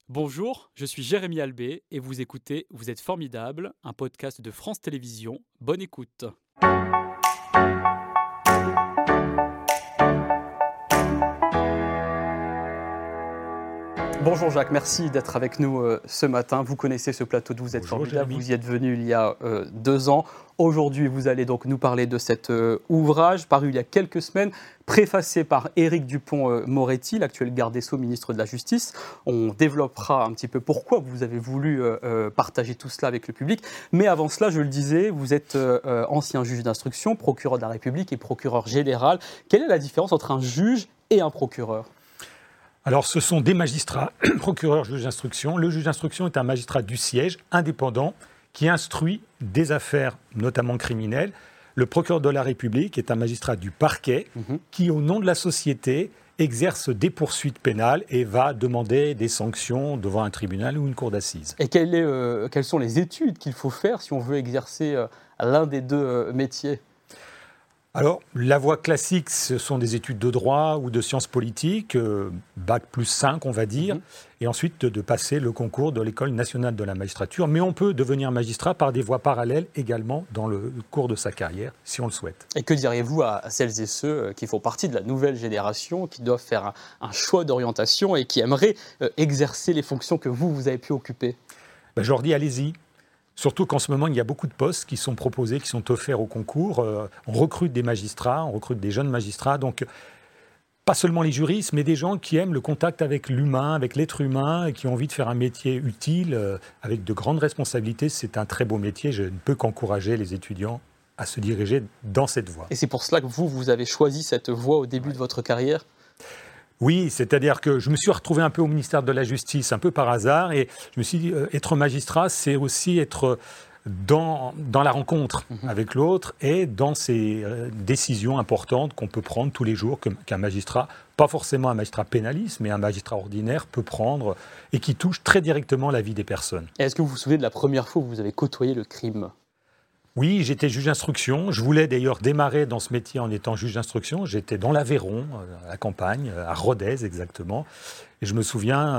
Bonjour, je suis Jérémy Albé et vous écoutez Vous êtes formidable, un podcast de France Télévisions. Bonne écoute. Bonjour Jacques, merci d'être avec nous ce matin. Vous connaissez ce plateau de Vous êtes formidable, vous y êtes venu il y a 2 ans. Aujourd'hui, vous allez donc nous parler de cet ouvrage paru il y a quelques semaines, préfacé par Éric Dupond-Moretti, l'actuel garde des Sceaux, ministre de la Justice. On développera un petit peu pourquoi vous avez voulu partager tout cela avec le public. Mais avant cela, je le disais, vous êtes ancien juge d'instruction, procureur de la République et procureur général. Quelle est la différence entre un juge et un procureur ? Alors, ce sont des magistrats, procureurs, juges d'instruction. Le juge d'instruction est un magistrat du siège, indépendant, qui instruit des affaires, notamment criminelles. Le procureur de la République est un magistrat du parquet, qui, au nom de la société, exerce des poursuites pénales et va demander des sanctions devant un tribunal ou une cour d'assises. Et quelles sont les études qu'il faut faire si on veut exercer l'un des deux métiers ? Alors, la voie classique, ce sont des études de droit ou de sciences politiques, bac plus 5, on va dire, et ensuite de passer le concours de l'École nationale de la magistrature. Mais on peut devenir magistrat par des voies parallèles également dans le cours de sa carrière, si on le souhaite. Et que diriez-vous à celles et ceux qui font partie de la nouvelle génération, qui doivent faire un choix d'orientation et qui aimeraient exercer les fonctions que vous avez pu occuper ? Je leur dis, allez-y. Surtout qu'en ce moment, il y a beaucoup de postes qui sont proposés, qui sont offerts au concours. On recrute des magistrats, on recrute des jeunes magistrats. Donc, pas seulement les juristes, mais des gens qui aiment le contact avec l'humain, avec l'être humain, et qui ont envie de faire un métier utile, avec de grandes responsabilités. C'est un très beau métier. Je ne peux qu'encourager les étudiants à se diriger dans cette voie. Et c'est pour cela que vous avez choisi cette voie au début de votre carrière ? Oui, c'est-à-dire que je me suis retrouvé un peu au ministère de la Justice, un peu par hasard, et je me suis dit, être magistrat, c'est aussi être dans la rencontre avec l'autre et dans ces décisions importantes qu'on peut prendre tous les jours, qu'un magistrat, pas forcément un magistrat pénaliste, mais un magistrat ordinaire peut prendre et qui touche très directement la vie des personnes. Et est-ce que vous vous souvenez de la première fois où vous avez côtoyé le crime ? Oui, j'étais juge d'instruction. Je voulais d'ailleurs démarrer dans ce métier en étant juge d'instruction. J'étais dans l'Aveyron, à la campagne, à Rodez exactement. Et je me souviens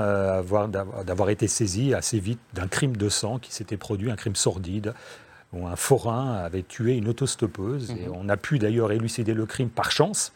d'avoir été saisi assez vite d'un crime de sang qui s'était produit, un crime sordide, où un forain avait tué une autostoppeuse. Et on a pu d'ailleurs élucider le crime par chance.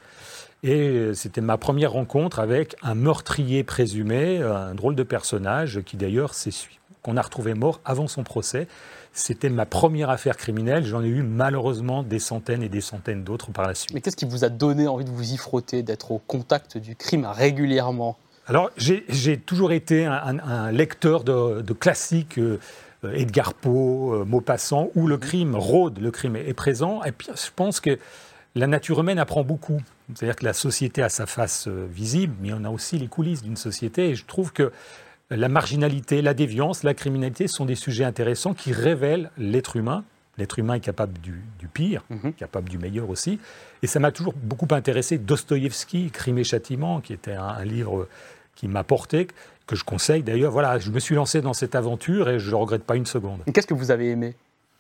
Et c'était ma première rencontre avec un meurtrier présumé, un drôle de personnage qui d'ailleurs qu'on a retrouvé mort avant son procès. C'était ma première affaire criminelle. J'en ai eu malheureusement des centaines et des centaines d'autres par la suite. Mais qu'est-ce qui vous a donné envie de vous y frotter, d'être au contact du crime régulièrement ? Alors, j'ai toujours été un lecteur de classiques, Edgar Poe, Maupassant, où le crime rôde, le crime est présent. Et puis, je pense que la nature humaine apprend beaucoup. C'est-à-dire que la société a sa face visible, mais on a aussi les coulisses d'une société. Et je trouve que la marginalité, la déviance, la criminalité sont des sujets intéressants qui révèlent l'être humain. L'être humain est capable du pire, capable du meilleur aussi. Et ça m'a toujours beaucoup intéressé. Dostoïevski, Crime et Châtiment, qui était un livre qui m'a porté, que je conseille d'ailleurs. Voilà, je me suis lancé dans cette aventure et je ne regrette pas une seconde. Et qu'est-ce que vous avez aimé ?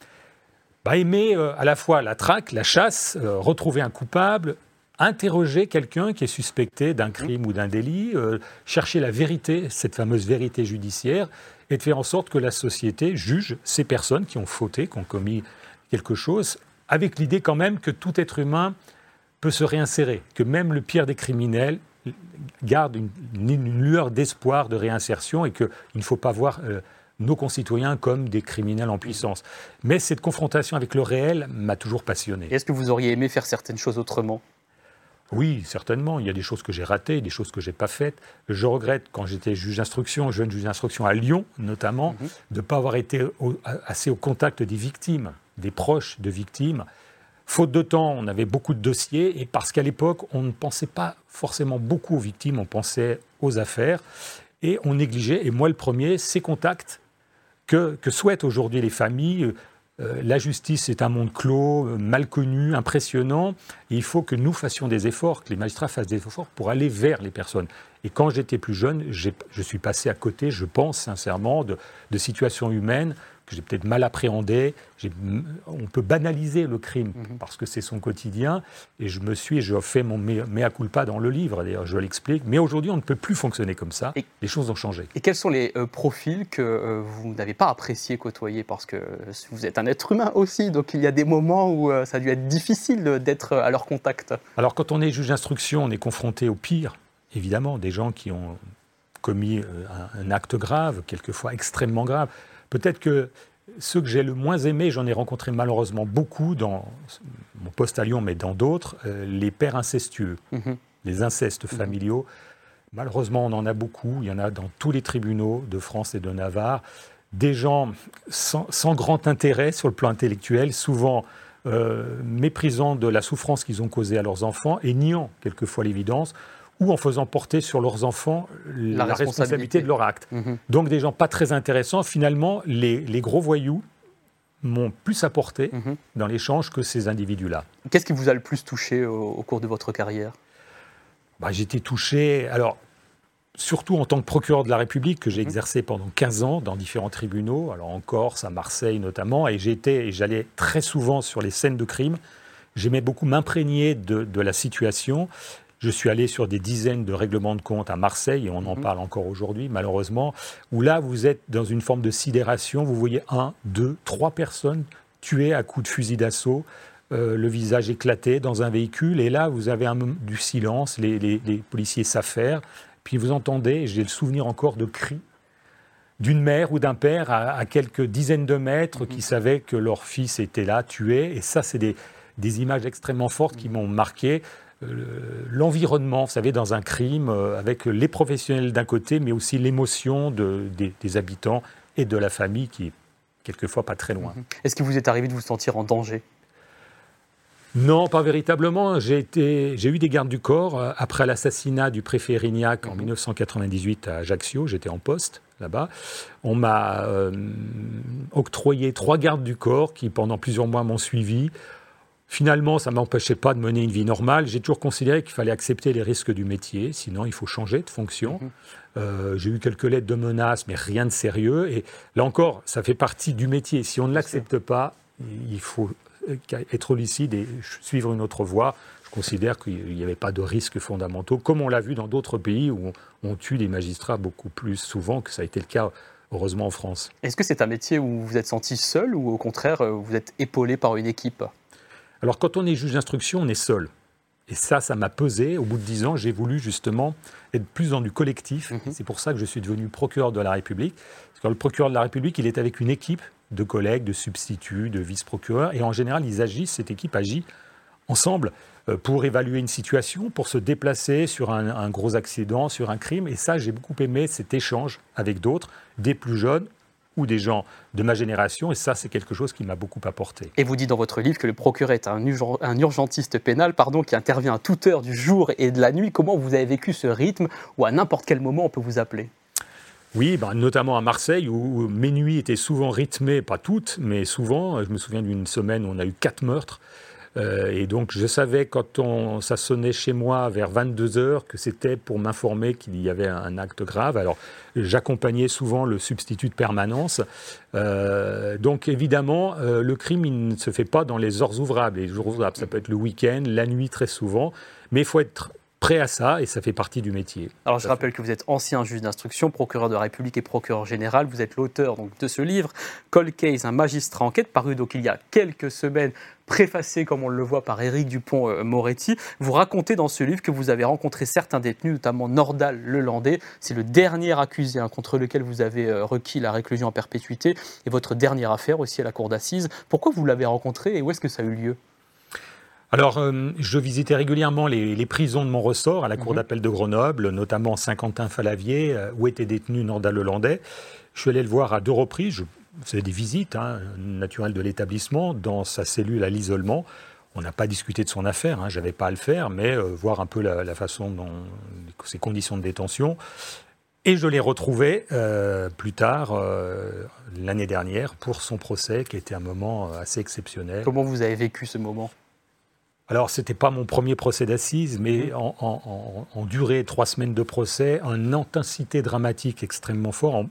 Aimer à la fois la traque, la chasse, retrouver un coupable, interroger quelqu'un qui est suspecté d'un crime ou d'un délit, chercher la vérité, cette fameuse vérité judiciaire, et de faire en sorte que la société juge ces personnes qui ont fauté, qui ont commis quelque chose, avec l'idée quand même que tout être humain peut se réinsérer, que même le pire des criminels garde une lueur d'espoir de réinsertion et qu'il ne faut pas voir nos concitoyens comme des criminels en puissance. Mais cette confrontation avec le réel m'a toujours passionné. Et est-ce que vous auriez aimé faire certaines choses autrement ? Oui, certainement. Il y a des choses que j'ai ratées, des choses que je n'ai pas faites. Je regrette, quand j'étais juge d'instruction, jeune juge d'instruction à Lyon notamment, de ne pas avoir été assez au contact des victimes, des proches de victimes. Faute de temps, on avait beaucoup de dossiers et parce qu'à l'époque, on ne pensait pas forcément beaucoup aux victimes, on pensait aux affaires et on négligeait, et moi le premier, ces contacts que souhaitent aujourd'hui les familles. La justice est un monde clos, mal connu, impressionnant. Et il faut que nous fassions des efforts, que les magistrats fassent des efforts pour aller vers les personnes. Et quand j'étais plus jeune, je suis passé à côté, je pense sincèrement, de situations humaines que j'ai peut-être mal appréhendé. On peut banaliser le crime parce que c'est son quotidien. Et je fais mon mea culpa dans le livre, d'ailleurs, je l'explique. Mais aujourd'hui, on ne peut plus fonctionner comme ça. Les choses ont changé. Et quels sont les profils que vous n'avez pas apprécié côtoyer? Parce que vous êtes un être humain aussi, donc il y a des moments où ça a dû être difficile d'être à leur contact. Alors, quand on est juge d'instruction, on est confronté au pire, évidemment, des gens qui ont commis un acte grave, quelquefois extrêmement grave. Peut-être que ceux que j'ai le moins aimés, j'en ai rencontré malheureusement beaucoup dans mon poste à Lyon, mais dans d'autres, les pères incestueux, les incestes familiaux. Malheureusement, on en a beaucoup. Il y en a dans tous les tribunaux de France et de Navarre. Des gens sans grand intérêt sur le plan intellectuel, souvent méprisant de la souffrance qu'ils ont causée à leurs enfants et niant quelquefois l'évidence, ou en faisant porter sur leurs enfants la responsabilité de leur acte. Donc des gens pas très intéressants. Finalement, les gros voyous m'ont plus apporté dans l'échange que ces individus-là. Qu'est-ce qui vous a le plus touché au cours de votre carrière? J'ai été touché, alors, surtout en tant que procureur de la République, que j'ai exercé pendant 15 ans dans différents tribunaux, alors en Corse, à Marseille notamment, et j'allais très souvent sur les scènes de crime. J'aimais beaucoup m'imprégner de la situation. Je suis allé sur des dizaines de règlements de compte à Marseille, et on en parle encore aujourd'hui, malheureusement, où là, vous êtes dans une forme de sidération. Vous voyez 1, 2, 3 personnes tuées à coups de fusil d'assaut, le visage éclaté dans un véhicule, et là, vous avez du silence, les policiers s'affairent, puis vous entendez, et j'ai le souvenir encore de cris d'une mère ou d'un père à quelques dizaines de mètres qui savaient que leur fils était là, tué, et ça, c'est des images extrêmement fortes qui m'ont marqué. L'environnement, vous savez, dans un crime, avec les professionnels d'un côté, mais aussi l'émotion des habitants et de la famille qui est quelquefois pas très loin. Est-ce qu'il vous est arrivé de vous sentir en danger? Non, pas véritablement. J'ai eu des gardes du corps après l'assassinat du préfet Rignac en 1998 à Ajaccio. J'étais en poste là-bas. On m'a octroyé 3 gardes du corps qui, pendant plusieurs mois, m'ont suivi. Finalement, ça ne m'empêchait pas de mener une vie normale. J'ai toujours considéré qu'il fallait accepter les risques du métier, sinon il faut changer de fonction. J'ai eu quelques lettres de menaces, mais rien de sérieux. Et là encore, ça fait partie du métier. Si on ne l'accepte pas, il faut être lucide et suivre une autre voie. Je considère qu'il n'y avait pas de risques fondamentaux, comme on l'a vu dans d'autres pays où on tue des magistrats beaucoup plus souvent que ça a été le cas, heureusement, en France. Est-ce que c'est un métier où vous vous êtes senti seul ou au contraire, vous êtes épaulé par une équipe? Alors, quand on est juge d'instruction, on est seul. Et ça m'a pesé. Au bout de 10 ans, j'ai voulu justement être plus dans du collectif. C'est pour ça que je suis devenu procureur de la République. Parce que le procureur de la République, il est avec une équipe de collègues, de substituts, de vice-procureurs. Et en général, cette équipe agit ensemble pour évaluer une situation, pour se déplacer sur un gros accident, sur un crime. Et ça, j'ai beaucoup aimé cet échange avec d'autres, des plus jeunes, ou des gens de ma génération, et ça, c'est quelque chose qui m'a beaucoup apporté. Et vous dites dans votre livre que le procureur est un urgentiste pénal qui intervient à toute heure du jour et de la nuit. Comment vous avez vécu ce rythme où à n'importe quel moment on peut vous appeler? Oui, notamment à Marseille, où mes nuits étaient souvent rythmées, pas toutes, mais souvent. Je me souviens d'une semaine où on a eu 4 meurtres. Et donc, je savais quand ça sonnait chez moi vers 22h que c'était pour m'informer qu'il y avait un acte grave. Alors, j'accompagnais souvent le substitut de permanence. Donc, évidemment, le crime, il ne se fait pas dans les heures ouvrables. Les jours ouvrables, ça peut être le week-end, la nuit très souvent. Mais il faut être prêt à ça et ça fait partie du métier. Alors je rappelle que vous êtes ancien juge d'instruction, procureur de la République et procureur général. Vous êtes l'auteur de ce livre, Cold Case, un magistrat enquête, paru donc il y a quelques semaines, préfacé comme on le voit par Éric Dupond-Moretti. Vous racontez dans ce livre que vous avez rencontré certains détenus, notamment Nordal Lelandais. C'est le dernier accusé contre lequel vous avez requis la réclusion à perpétuité et votre dernière affaire aussi à la cour d'assises. Pourquoi vous l'avez rencontré et où est-ce que ça a eu lieu ? Alors, je visitais régulièrement les prisons de mon ressort, à la cour d'appel de Grenoble, notamment Saint-Quentin-Falavier, où était détenu Nordal Lelandais. Je suis allé le voir à 2 reprises. Je faisais des visites naturelles de l'établissement, dans sa cellule à l'isolement. On n'a pas discuté de son affaire, je n'avais pas à le faire, mais voir un peu la façon dont ses conditions de détention. Et je l'ai retrouvé plus tard, l'année dernière, pour son procès, qui était un moment assez exceptionnel. Comment vous avez vécu ce moment ? Alors, ce n'était pas mon premier procès d'assises, mais en durée, 3 semaines de procès, en intensité dramatique extrêmement fort,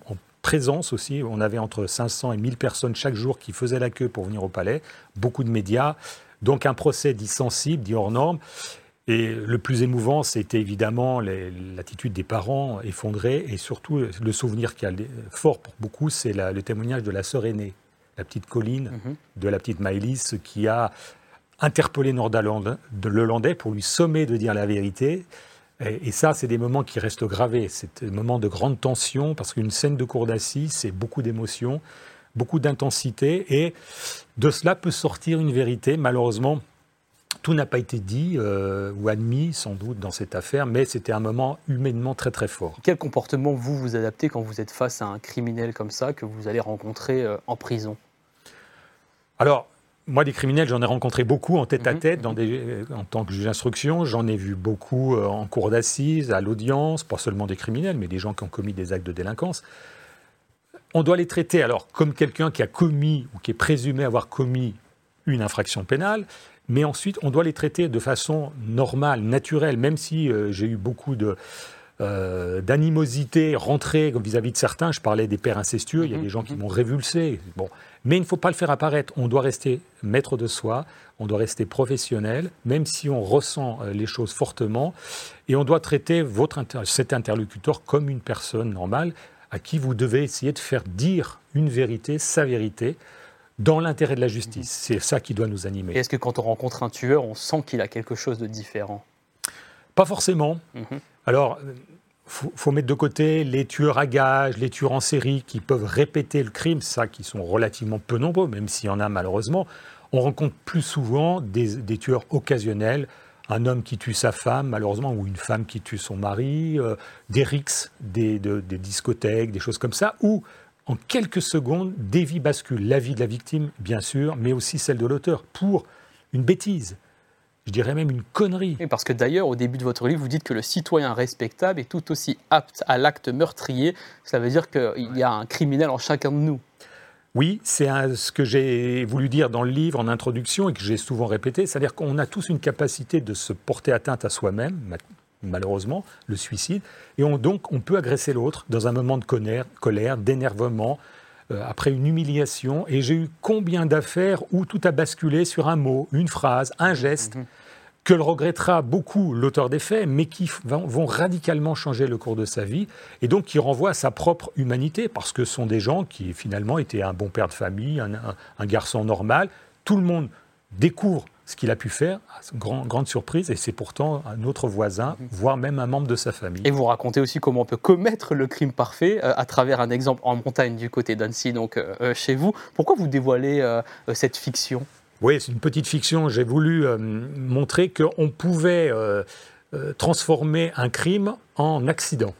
présence aussi. On avait entre 500 et 1000 personnes chaque jour qui faisaient la queue pour venir au palais, beaucoup de médias, donc un procès dit sensible, dit hors norme. Et le plus émouvant, c'était évidemment l'attitude des parents effondrés, et surtout le souvenir qui est fort pour beaucoup, c'est le témoignage de la sœur aînée, la petite Colline, de la petite Maëlys, qui a interpellé Norda Lelandais pour lui sommer de dire la vérité. Et ça, c'est des moments qui restent gravés. C'est des moments de grande tension, parce qu'une scène de cour d'assises, c'est beaucoup d'émotions, beaucoup d'intensité, et de cela peut sortir une vérité. Malheureusement, tout n'a pas été dit ou admis, sans doute, dans cette affaire, mais c'était un moment humainement très très fort. Quel comportement vous adaptez quand vous êtes face à un criminel comme ça, que vous allez rencontrer en prison? Alors, moi, des criminels, j'en ai rencontré beaucoup en tête-à-tête, en tant que juge d'instruction. J'en ai vu beaucoup en cour d'assises, à l'audience, pas seulement des criminels, mais des gens qui ont commis des actes de délinquance. On doit les traiter alors comme quelqu'un qui a commis ou qui est présumé avoir commis une infraction pénale, mais ensuite, on doit les traiter de façon normale, naturelle, même si j'ai eu beaucoup d'animosité rentrée vis-à-vis de certains. Je parlais des pères incestueux, il y a des gens qui m'ont révulsé. Bon. Mais il ne faut pas le faire apparaître. On doit rester maître de soi, on doit rester professionnel, même si on ressent les choses fortement. Et on doit traiter cet interlocuteur comme une personne normale à qui vous devez essayer de faire dire une vérité, sa vérité, dans l'intérêt de la justice. C'est ça qui doit nous animer. Et est-ce que quand on rencontre un tueur, on sent qu'il a quelque chose de différent? Pas forcément. Alors, faut mettre de côté les tueurs à gages, les tueurs en série qui peuvent répéter le crime, ça qui sont relativement peu nombreux, même s'il y en a malheureusement. On rencontre plus souvent des tueurs occasionnels, un homme qui tue sa femme malheureusement, ou une femme qui tue son mari, des rixes, des discothèques, des choses comme ça, où en quelques secondes, des vies basculent. La vie de la victime, bien sûr, mais aussi celle de l'auteur, pour une bêtise. Je dirais même une connerie. Oui, parce que d'ailleurs, au début de votre livre, vous dites que le citoyen respectable est tout aussi apte à l'acte meurtrier. Cela veut dire qu'il y a un criminel en chacun de nous. Oui, c'est ce que j'ai voulu dire dans le livre, en introduction, et que j'ai souvent répété. C'est-à-dire qu'on a tous une capacité de se porter atteinte à soi-même, malheureusement, le suicide, et donc on peut agresser l'autre dans un moment de colère, d'énervement, après une humiliation. Et j'ai eu combien d'affaires où tout a basculé sur un mot, une phrase, un geste, que le regrettera beaucoup l'auteur des faits, mais qui vont radicalement changer le cours de sa vie, et donc qui renvoient à sa propre humanité, parce que ce sont des gens qui finalement étaient un bon père de famille, un garçon normal. Tout le monde découvre ce qu'il a pu faire, grande surprise, et c'est pourtant un autre voisin, voire même un membre de sa famille. Et vous racontez aussi comment on peut commettre le crime parfait à travers un exemple en montagne du côté d'Annecy, donc chez vous. Pourquoi vous dévoilez cette fiction ? Oui, c'est une petite fiction. J'ai voulu montrer qu'on pouvait transformer un crime en accident.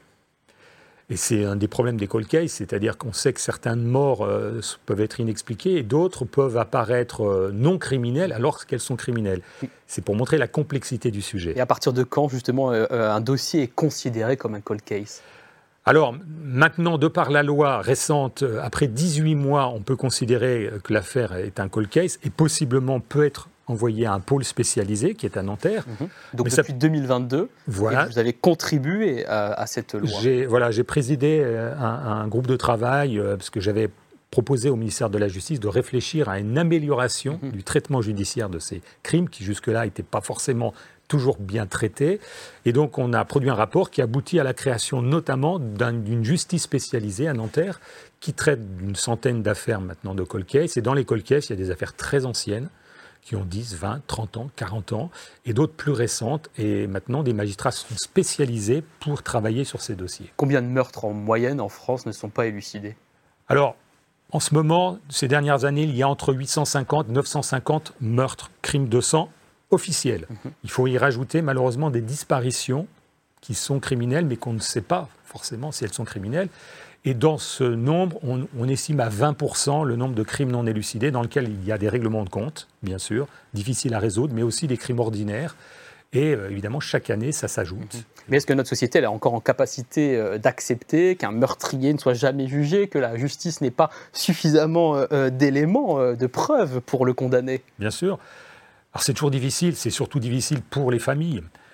Et c'est un des problèmes des cold cases, c'est-à-dire qu'on sait que certaines morts peuvent être inexpliquées et d'autres peuvent apparaître non criminelles alors qu'elles sont criminelles. C'est pour montrer la complexité du sujet. Et à partir de quand, justement, un dossier est considéré comme un cold case ? Alors, maintenant, de par la loi récente, après 18 mois, on peut considérer que l'affaire est un cold case et possiblement peut être envoyé à un pôle spécialisé qui est à Nanterre. Donc mais depuis 2022, voilà, vous avez contribué à cette loi. J'ai présidé un groupe de travail parce que j'avais proposé au ministère de la Justice de réfléchir à une amélioration du traitement judiciaire de ces crimes qui jusque-là n'étaient pas forcément toujours bien traités. Et donc on a produit un rapport qui aboutit à la création notamment d'une justice spécialisée à Nanterre qui traite d'une centaine d'affaires maintenant de cold case. Et dans les cold case, il y a des affaires très anciennes qui ont 10, 20, 30 ans, 40 ans, et d'autres plus récentes. Et maintenant, des magistrats sont spécialisés pour travailler sur ces dossiers. Combien de meurtres en moyenne en France ne sont pas élucidés ? Alors, en ce moment, ces dernières années, il y a entre 850 et 950 meurtres, crimes de sang officiels. Il faut y rajouter malheureusement des disparitions qui sont criminelles, mais qu'on ne sait pas forcément si elles sont criminelles. Et dans ce nombre, on estime à 20% le nombre de crimes non élucidés dans lesquels il y a des règlements de compte, bien sûr, difficiles à résoudre, mais aussi des crimes ordinaires. Et évidemment, chaque année, ça s'ajoute. Mais est-ce que notre société elle est encore en capacité d'accepter qu'un meurtrier ne soit jamais jugé, que la justice n'ait pas suffisamment d'éléments, de preuves pour le condamner ? Bien sûr. Alors c'est toujours difficile, c'est surtout difficile pour les familles.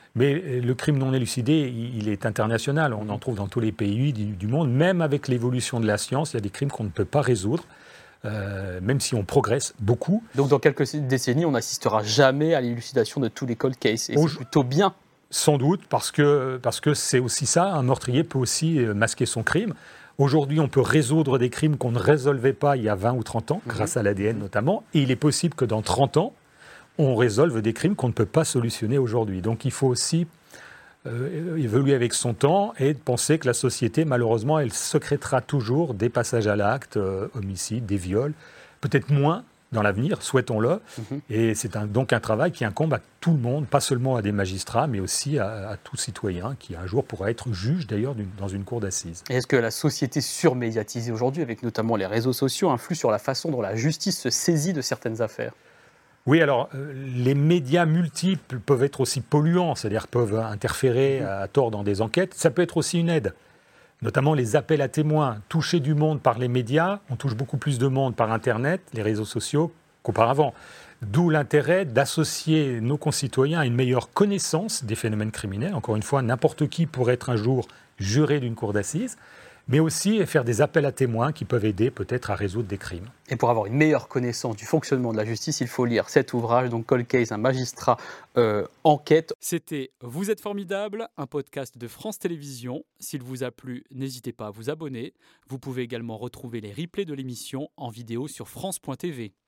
Mais le crime non élucidé, il est international. On en trouve dans tous les pays du monde. Même avec l'évolution de la science, il y a des crimes qu'on ne peut pas résoudre, même si on progresse beaucoup. Donc dans quelques décennies, on n'assistera jamais à l'élucidation de tous les cold cases. Et c'est plutôt bien. Sans doute, parce que c'est aussi ça. Un meurtrier peut aussi masquer son crime. Aujourd'hui, on peut résoudre des crimes qu'on ne résolvait pas il y a 20 ou 30 ans, grâce à l'ADN notamment. Et il est possible que dans 30 ans, on résolve des crimes qu'on ne peut pas solutionner aujourd'hui. Donc il faut aussi évoluer avec son temps et penser que la société, malheureusement, elle sécrétera toujours des passages à l'acte, homicides, des viols, peut-être moins dans l'avenir, souhaitons-le. Et c'est donc un travail qui incombe à tout le monde, pas seulement à des magistrats, mais aussi à tout citoyen qui un jour pourra être juge d'ailleurs dans une cour d'assises. Est-ce que la société surmédiatisée aujourd'hui, avec notamment les réseaux sociaux, influe sur la façon dont la justice se saisit de certaines affaires ? Oui, alors les médias multiples peuvent être aussi polluants, c'est-à-dire peuvent interférer à tort dans des enquêtes. Ça peut être aussi une aide, notamment les appels à témoins. Toucher du monde par les médias, on touche beaucoup plus de monde par Internet, les réseaux sociaux, qu'auparavant. D'où l'intérêt d'associer nos concitoyens à une meilleure connaissance des phénomènes criminels. Encore une fois, n'importe qui pourrait être un jour juré d'une cour d'assises, mais aussi faire des appels à témoins qui peuvent aider peut-être à résoudre des crimes. Et pour avoir une meilleure connaissance du fonctionnement de la justice, il faut lire cet ouvrage, donc Cold Case, un magistrat enquête. C'était Vous êtes formidable, un podcast de France Télévisions. S'il vous a plu, n'hésitez pas à vous abonner. Vous pouvez également retrouver les replays de l'émission en vidéo sur France.tv.